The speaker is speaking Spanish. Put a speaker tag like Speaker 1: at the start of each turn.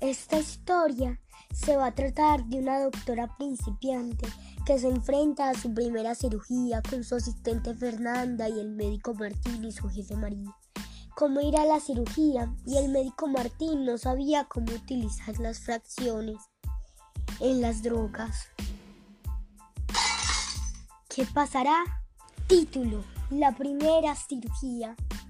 Speaker 1: Esta historia se va a tratar de una doctora principiante que se enfrenta a su primera cirugía con su asistente Fernanda y el médico Martín y su jefe María. Cómo ir a la cirugía y el médico Martín no sabía cómo utilizar las fracciones en las drogas. ¿Qué pasará? Título: La primera cirugía.